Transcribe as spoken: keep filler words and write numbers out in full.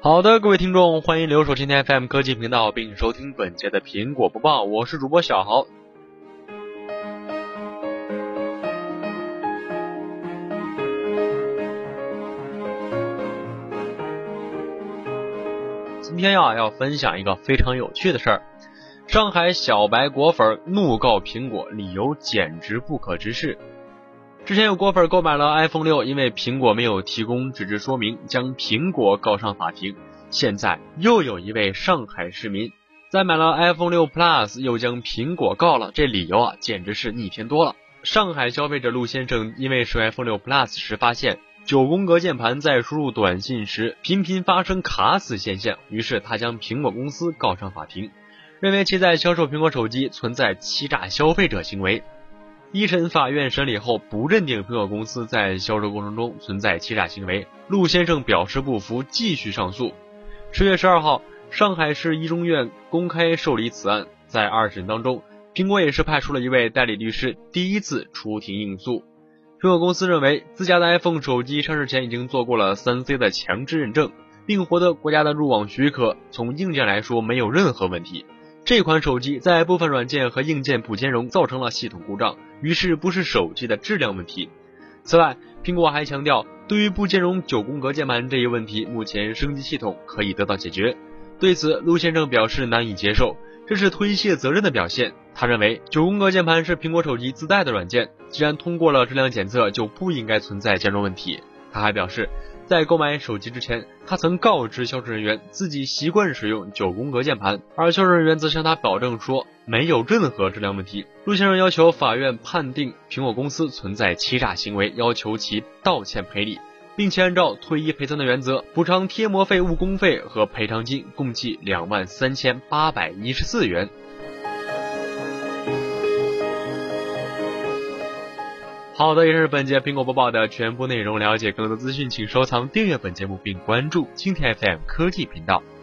好的，各位听众，欢迎留守今天 F M 科技频道，并收听本节的苹果播报，我是主播小豪。今天呀，要分享一个非常有趣的事儿。上海小白果粉怒告苹果，理由简直不可直视。之前有果粉购买了 iPhone 六，因为苹果没有提供纸质说明，将苹果告上法庭。现在又有一位上海市民在买了 iPhone 六 Plus， 又将苹果告了，这理由啊，简直是逆天多了。上海消费者陆先生因为使用 iPhone 六 Plus 时发现九宫格键盘在输入短信时频频发生卡死现象，于是他将苹果公司告上法庭，认为其在销售苹果手机存在欺诈消费者行为。一审法院审理后不认定苹果公司在销售过程中存在欺诈行为，陆先生表示不服，继续上诉。十月十二号，上海市一中院公开受理此案，在二审当中，苹果也是派出了一位代理律师，第一次出庭应诉。苹果公司认为自家的 iPhone 手机上市前已经做过了 三 C 的强制认证，并获得国家的入网许可，从硬件来说没有任何问题。这款手机在部分软件和硬件不兼容，造成了系统故障，于是不是手机的质量问题。此外，苹果还强调，对于不兼容九宫格键盘这一问题，目前升级系统可以得到解决。对此，陆先生表示难以接受，这是推卸责任的表现。他认为九宫格键盘是苹果手机自带的软件，既然通过了质量检测，就不应该存在兼容问题。他还表示，在购买手机之前，他曾告知销售人员自己习惯使用九宫格键盘，而销售人员则向他保证说没有任何质量问题。陆先生要求法院判定苹果公司存在欺诈行为，要求其道歉赔礼，并且按照退一赔三的原则补偿贴膜费、误工费和赔偿金，共计两万三千八百一十四元。好的，也是本节苹果播报的全部内容。了解更多资讯，请收藏订阅本节目并关注今天 F M 科技频道。